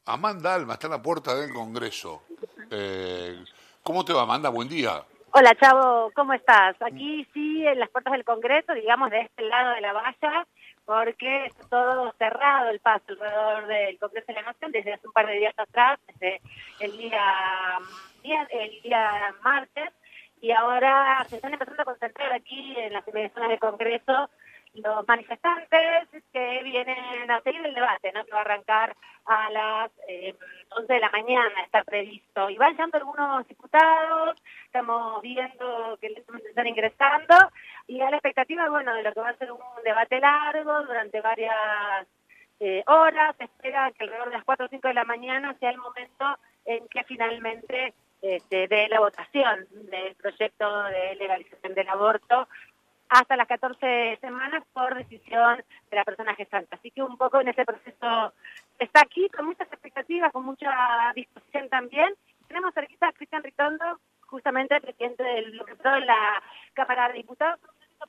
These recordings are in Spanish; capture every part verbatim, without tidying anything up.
Amanda Alma está en la puerta del Congreso. Eh, ¿Cómo te va, Amanda? Buen día. Hola, Chavo, ¿cómo estás? Aquí sí, en las puertas del Congreso, digamos de este lado de la valla, porque está todo cerrado el paso alrededor del Congreso de la Nación desde hace un par de días atrás, desde el día, el día martes, y ahora se están empezando a concentrar aquí en las inmediaciones del Congreso los manifestantes que vienen a seguir el debate, ¿no? Que va a arrancar a las eh, once de la mañana, está previsto. Y van llegando algunos diputados, estamos viendo que están ingresando, y a la expectativa, bueno, de lo que va a ser un debate largo durante varias eh, horas. Se espera que alrededor de las cuatro o cinco de la mañana sea el momento en que finalmente este, dé la votación del proyecto de legalización del aborto hasta las catorce semanas por decisión de la persona gestante. Así que un poco en ese proceso está aquí, con muchas expectativas, con mucha disposición también. Tenemos cerquita a Cristian Ritondo, justamente el presidente del bloque pro de la Cámara de Diputados.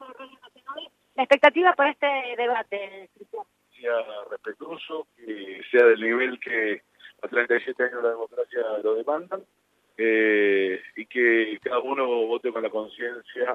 La expectativa por este debate, Cristian. Sea respetuoso, que sea del nivel que a treinta y siete años la democracia lo demandan, eh, y que cada uno vote con la conciencia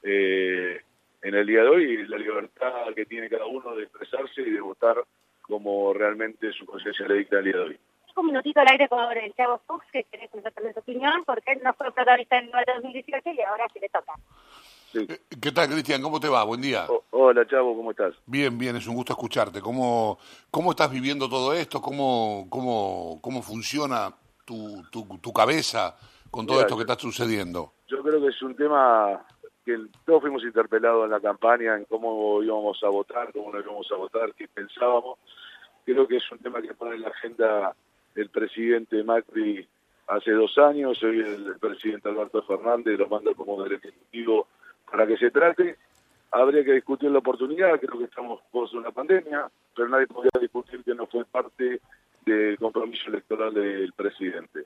eh, en el día de hoy, y la libertad que tiene cada uno de expresarse y de votar como realmente su conciencia le dicta el día de hoy. Un minutito al aire con el Chavo Fuchs, que querés contar también su opinión, porque él no fue protagonista en el dos mil dieciocho y ahora sí le toca. Sí. ¿Qué tal, Cristian? ¿Cómo te va? Buen día. O, hola, Chavo, ¿cómo estás? Bien, bien, es un gusto escucharte. ¿Cómo, cómo estás viviendo todo esto? ¿Cómo, cómo, cómo funciona tu, tu, tu cabeza con todo Mira, esto que yo, está sucediendo? Yo creo que es un tema que todos fuimos interpelados en la campaña, en cómo íbamos a votar, cómo no íbamos a votar, qué pensábamos. Creo que es un tema que pone en la agenda el presidente Macri hace dos años, hoy el presidente Alberto Fernández lo manda como del Ejecutivo para que se trate. Habría que discutir la oportunidad, creo que estamos post una pandemia, pero nadie podría discutir que no fue parte del compromiso electoral del presidente.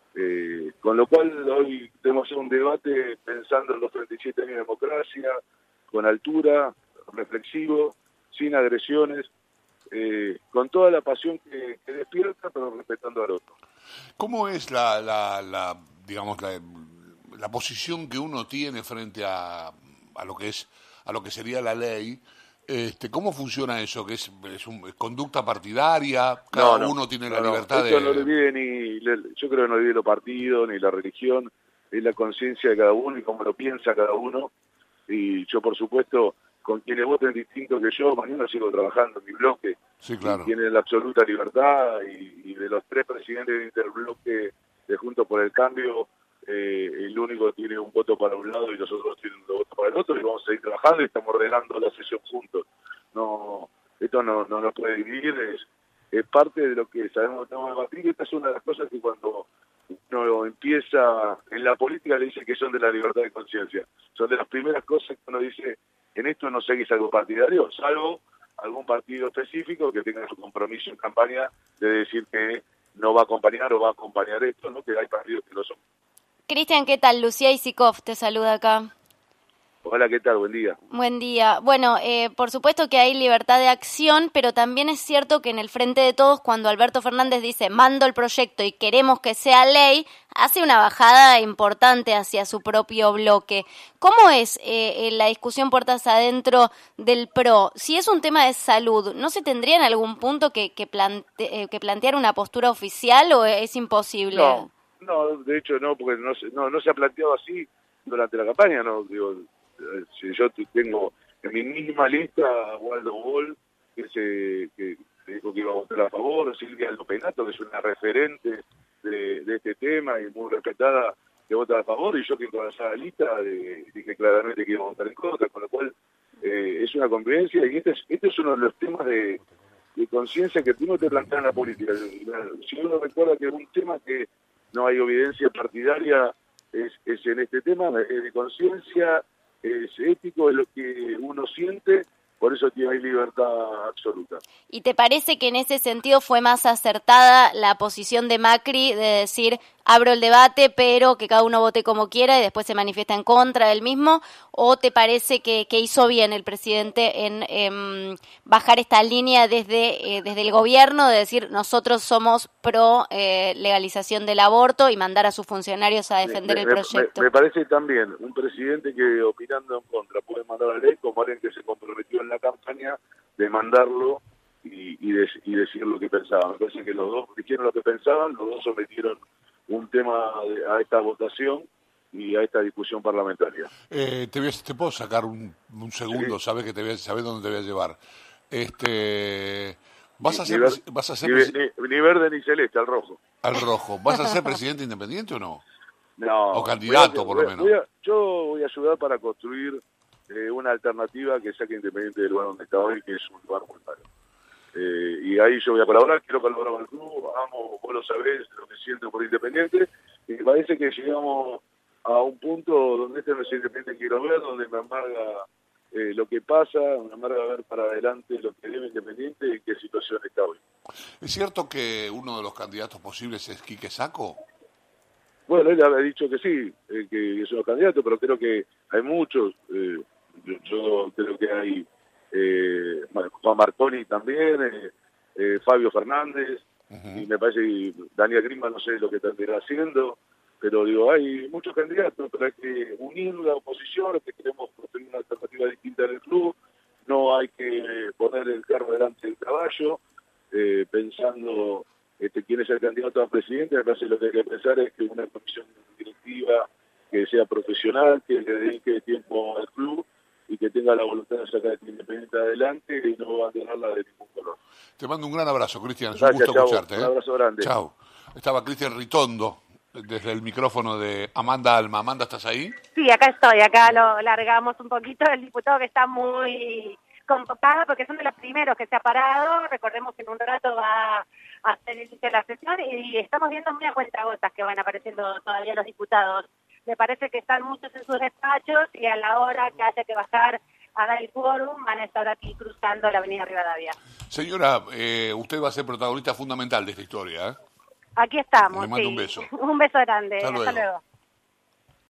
Eh, con lo cual hoy tenemos un debate pensando en los treinta y siete años de democracia, con altura, reflexivo, sin agresiones, eh, con toda la pasión que, que despierta, pero respetando al otro. ¿Cómo es la, la, la digamos, la, la posición que uno tiene frente a, a lo que es, a lo que sería la ley? Este, ¿Cómo funciona eso? ¿Que es, es, un, es conducta partidaria? ¿Cada no, no, uno tiene no, la no. libertad Esto de...? no lo divide ni, yo creo que no divide los partidos, ni la religión, es la conciencia de cada uno y cómo lo piensa cada uno. Y yo, por supuesto, con quienes voten distinto que yo, mañana sigo trabajando en mi bloque. Sí, claro. Y tienen la absoluta libertad, y, y de los tres presidentes de interbloque de Juntos por el Cambio, eh, el único tiene un voto para un lado y los otros tienen un voto para el otro, y vamos a seguir trabajando y estamos ordenando la sesión juntos. No, esto no, no nos puede dividir, es, es parte de lo que sabemos que tenemos que debatir, y esta es una de las cosas que cuando uno empieza en la política le dice que son de la libertad de conciencia. Son de las primeras cosas que uno dice, en esto no seguís algo partidario, salvo algún partido específico que tenga su compromiso en campaña de decir que no va a acompañar o va a acompañar esto, ¿no? Que hay partidos que lo son. Cristian, ¿qué tal? Lucía Isikov te saluda acá. Hola, ¿qué tal? Buen día. Buen día. Bueno, eh, por supuesto que hay libertad de acción, pero también es cierto que en el Frente de Todos, cuando Alberto Fernández dice mando el proyecto y queremos que sea ley, hace una bajada importante hacia su propio bloque. ¿Cómo es eh, la discusión puertas adentro del P R O? Si es un tema de salud, ¿no se tendría en algún punto que, que, plante, eh, que plantear una postura oficial o es imposible? No, no, de hecho no, porque no, no, no se ha planteado así durante la campaña, no, digo... Si yo tengo en mi misma lista a Waldo Bol, que, se, que dijo que iba a votar a favor, Silvia Lopenato, que es una referente de, de este tema y muy respetada, que vota a favor, y yo que encabezaba la lista de, dije claramente que iba a votar en contra, con lo cual eh, es una convivencia, y este es, este es uno de los temas de, de conciencia que tú no te planteas en la política. Si uno recuerda que es un tema que no hay evidencia partidaria, es, es en este tema, es de conciencia, es ético, es lo que uno siente, por eso tiene libertad absoluta. ¿Y te parece que en ese sentido fue más acertada la posición de Macri de decir abro el debate, pero que cada uno vote como quiera y después se manifiesta en contra del mismo? ¿O te parece que, que hizo bien el presidente en eh, bajar esta línea desde, eh, desde el gobierno, de decir nosotros somos pro eh, legalización del aborto y mandar a sus funcionarios a defender me, el me, proyecto? Me, me parece también un presidente que opinando en contra puede mandar a la ley, como alguien que se comprometió en la campaña de mandarlo y, y, de, y decir lo que pensaba. Me parece que los dos dijeron lo que pensaban, los dos sometieron un tema de, a esta votación y a esta discusión parlamentaria. Eh, te, voy a, te puedo sacar un, un segundo, sí. Sabes que te voy a, sabes dónde te voy a llevar. Este, vas a ser, ni, vas a ser ni, ni, ni verde ni celeste, al rojo. Al rojo. ¿Vas a ser presidente independiente o no? No. O candidato, a, por lo voy a, menos. Voy a, yo voy a ayudar para construir eh, una alternativa que saque Independiente del lugar donde está hoy, que es un lugar muy malo. Eh, y ahí yo voy a colaborar, quiero colaborar con el club, amo, vos lo sabés, lo que siento por Independiente, y me parece que llegamos a un punto donde este no es Independiente que quiero ver, donde me amarga eh, lo que pasa, me amarga ver para adelante lo que debe Independiente y en qué situación está hoy. ¿Es cierto que uno de los candidatos posibles es Quique Sacco? Bueno, él ha dicho que sí, eh, que es un candidato, pero creo que hay muchos, eh, yo, yo creo que hay eh, Juan Marconi también, eh, eh, Fabio Fernández, uh-huh. y me parece que Daniel Grima no sé lo que estará haciendo, pero digo, hay muchos candidatos, pero hay que unir la oposición, que queremos construir una alternativa distinta en el club, no hay que poner el carro delante del caballo, eh, pensando este, quién es el candidato a presidente. Me parece que lo que hay que pensar es que una comisión directiva que sea profesional, que le dedique tiempo al club y que tenga la voluntad de sacar este Independiente adelante y no abandonarla de ningún color. Te mando un gran abrazo, Cristian, es Gracias, un gusto chau, escucharte. Un ¿eh? abrazo grande. Chao. Estaba Cristian Ritondo, desde el micrófono de Amanda Alma. Amanda, ¿estás ahí? Sí, acá estoy, acá lo largamos un poquito, el diputado que está muy convocado porque son de los primeros que se ha parado. Recordemos que en un rato va a hacer inicio de la sesión y estamos viendo muy a cuentagotas que van apareciendo todavía los diputados. Me parece que están muchos en sus despachos y a la hora que haya que bajar a dar el quórum van a estar aquí cruzando la avenida Rivadavia. Señora, eh, usted va a ser protagonista fundamental de esta historia, ¿eh? Aquí estamos. Le mando sí. un beso. Un beso grande. Hasta luego. Hasta luego.